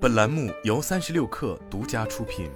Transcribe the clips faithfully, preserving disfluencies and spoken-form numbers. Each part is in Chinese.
本栏目由三十六氪独家出品。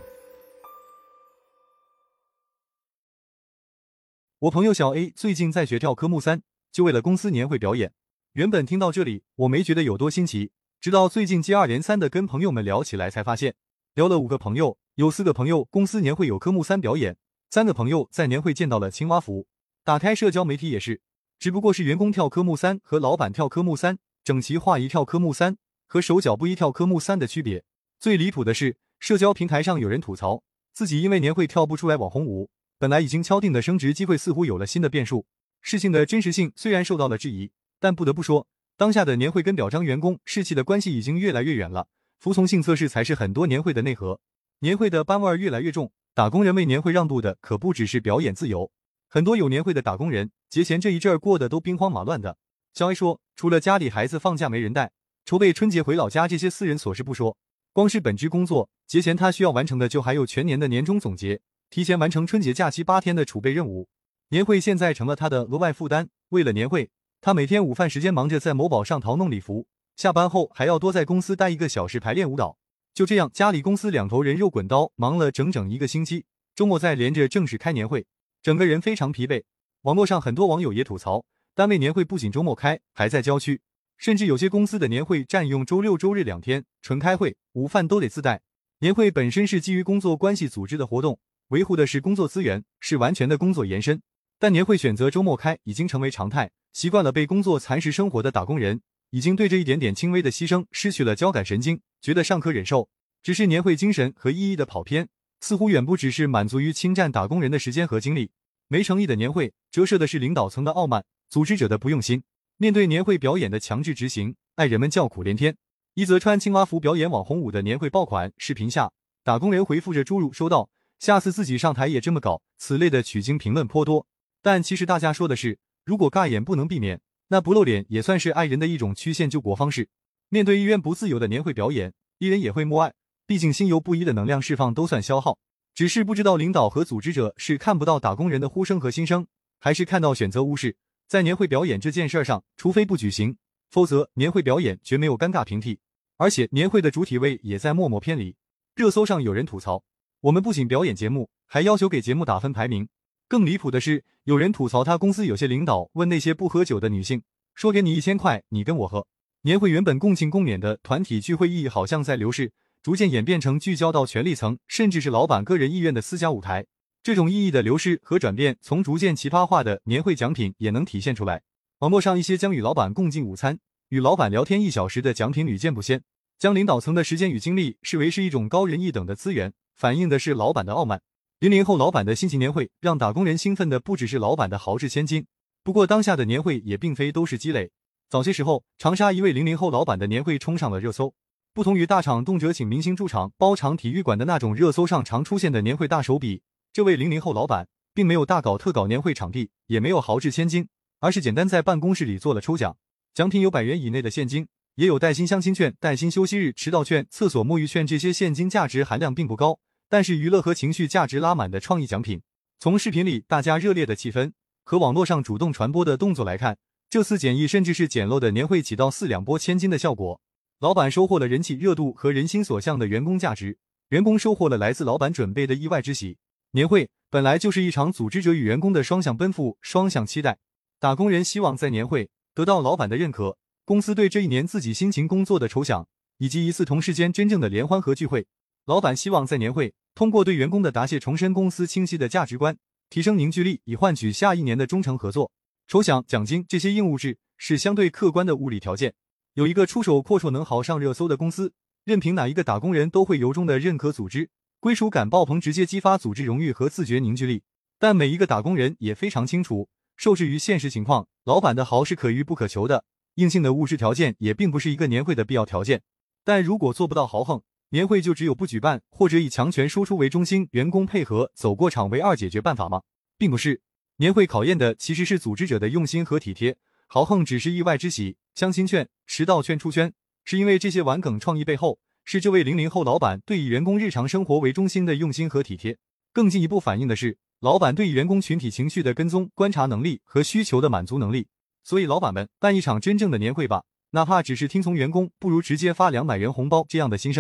我朋友小 A 最近在学跳科目三，就为了公司年会表演。原本听到这里，我没觉得有多新奇，直到最近接二连三的跟朋友们聊起来，才发现，聊了五个朋友，有四个朋友公司年会有科目三表演，三个朋友在年会见到了青蛙服。打开社交媒体也是，只不过是员工跳科目三和老板跳科目三，整齐划一跳科目三和手脚不一跳科目三的区别。最离谱的是，社交平台上有人吐槽，自己因为年会跳不出来网红舞，本来已经敲定的升职机会似乎有了新的变数。事情的真实性虽然受到了质疑，但不得不说，当下的年会跟表彰员工士气的关系已经越来越远了，服从性测试才是很多年会的内核。年会的班味越来越重，打工人为年会让渡的可不只是表演自由。很多有年会的打工人，节前这一阵儿过得都兵荒马乱的。小 A 说，除了家里孩子放假没人带，筹备春节回老家这些私人琐事不说，光是本职工作，节前他需要完成的就还有全年的年终总结，提前完成春节假期八天的储备任务。年会现在成了他的额外负担，为了年会，他每天午饭时间忙着在某宝上淘弄礼服，下班后还要多在公司待一个小时排练舞蹈。就这样，家里公司两头人肉滚刀，忙了整整一个星期，周末再连着正式开年会，整个人非常疲惫。网络上很多网友也吐槽，单位年会不仅周末开，还在郊区，甚至有些公司的年会占用周六周日两天，纯开会，午饭都得自带。年会本身是基于工作关系组织的活动，维护的是工作资源，是完全的工作延伸。但年会选择周末开已经成为常态，习惯了被工作蚕食生活的打工人，已经对这一点点轻微的牺牲失去了交感神经，觉得尚可忍受。只是年会精神和意义的跑偏，似乎远不只是满足于侵占打工人的时间和精力。没诚意的年会，折射的是领导层的傲慢，组织者的不用心。面对年会表演的强制执行，爱人们叫苦连天。一则穿青蛙服表演网红舞的年会爆款视频下，打工人回复着诸如收到，下次自己上台也这么搞，此类的取经评论颇多。但其实大家说的是，如果尬演不能避免，那不露脸也算是爱人的一种曲线救国方式。面对意愿不自由的年会表演，艺人也会默哀，毕竟心有不一的能量释放都算消耗。只是不知道领导和组织者是看不到打工人的呼声和心声，还是看到选择无视。在年会表演这件事上，除非不举行，否则年会表演绝没有尴尬平替。而且年会的主体位也在默默偏离。热搜上有人吐槽，我们不仅表演节目，还要求给节目打分排名。更离谱的是，有人吐槽他公司有些领导问那些不喝酒的女性，说给你一千块，你跟我喝。年会原本共庆共勉的团体聚会意义好像在流逝，逐渐演变成聚焦到权力层，甚至是老板个人意愿的私家舞台。这种意义的流失和转变，从逐渐奇葩化的年会奖品也能体现出来。网络上一些将与老板共进午餐、与老板聊天一小时的奖品屡见不鲜，将领导层的时间与精力视为是一种高人一等的资源，反映的是老板的傲慢。零零后老板的新奇年会，让打工人兴奋的不只是老板的豪掷千金。不过当下的年会也并非都是积累。早些时候，长沙一位零零后老板的年会冲上了热搜。不同于大厂动辄请明星驻场、包场体育馆的那种热搜上常出现的年会大手笔，这位零零后老板并没有大搞特搞年会场地，也没有豪掷千金，而是简单在办公室里做了抽奖。奖品有百元以内的现金，也有带薪相亲券、带薪休息日迟到券、厕所沐浴券，这些现金价值含量并不高，但是娱乐和情绪价值拉满的创意奖品。从视频里大家热烈的气氛和网络上主动传播的动作来看，这次简易甚至是简陋的年会起到四两拨千斤的效果。老板收获了人气热度和人心所向的员工价值，员工收获了来自老板准备的意外之喜。年会本来就是一场组织者与员工的双向奔赴、双向期待。打工人希望在年会得到老板的认可，公司对这一年自己辛勤工作的酬奖，以及一次同事间真正的联欢和聚会。老板希望在年会通过对员工的答谢重申公司清晰的价值观，提升凝聚力，以换取下一年的忠诚合作。酬奖、奖金这些硬物质是相对客观的物理条件。有一个出手阔绰能豪上热搜的公司，任凭哪一个打工人都会由衷的认可组织，归属感爆棚，直接激发组织荣誉和自觉凝聚力。但每一个打工人也非常清楚，受制于现实情况，老板的豪是可遇不可求的，硬性的物质条件也并不是一个年会的必要条件。但如果做不到豪横，年会就只有不举办或者以强权输出为中心，员工配合走过场为二解决办法吗？并不是。年会考验的其实是组织者的用心和体贴，豪横只是意外之喜，相亲券、迟到券出圈，是因为这些顽梗创意背后是这位零零后老板对以员工日常生活为中心的用心和体贴。更进一步反映的是老板对于员工群体情绪的跟踪、观察能力和需求的满足能力。所以老板们，办一场真正的年会吧，哪怕只是听从员工不如直接发两百元红包这样的心声。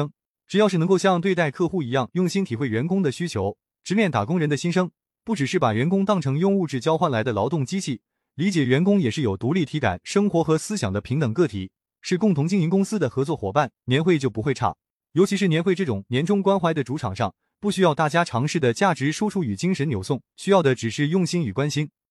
只要是能够像对待客户一样用心体会员工的需求，直面打工人的心声，不只是把员工当成用物质交换来的劳动机器，理解员工也是有独立体感、生活和思想的平等个体，是共同经营公司的合作伙伴，年会就不会差。尤其是年会这种年终关怀的主场上，不需要大家尝试的价值输出与精神扭送，需要的只是用心与关心。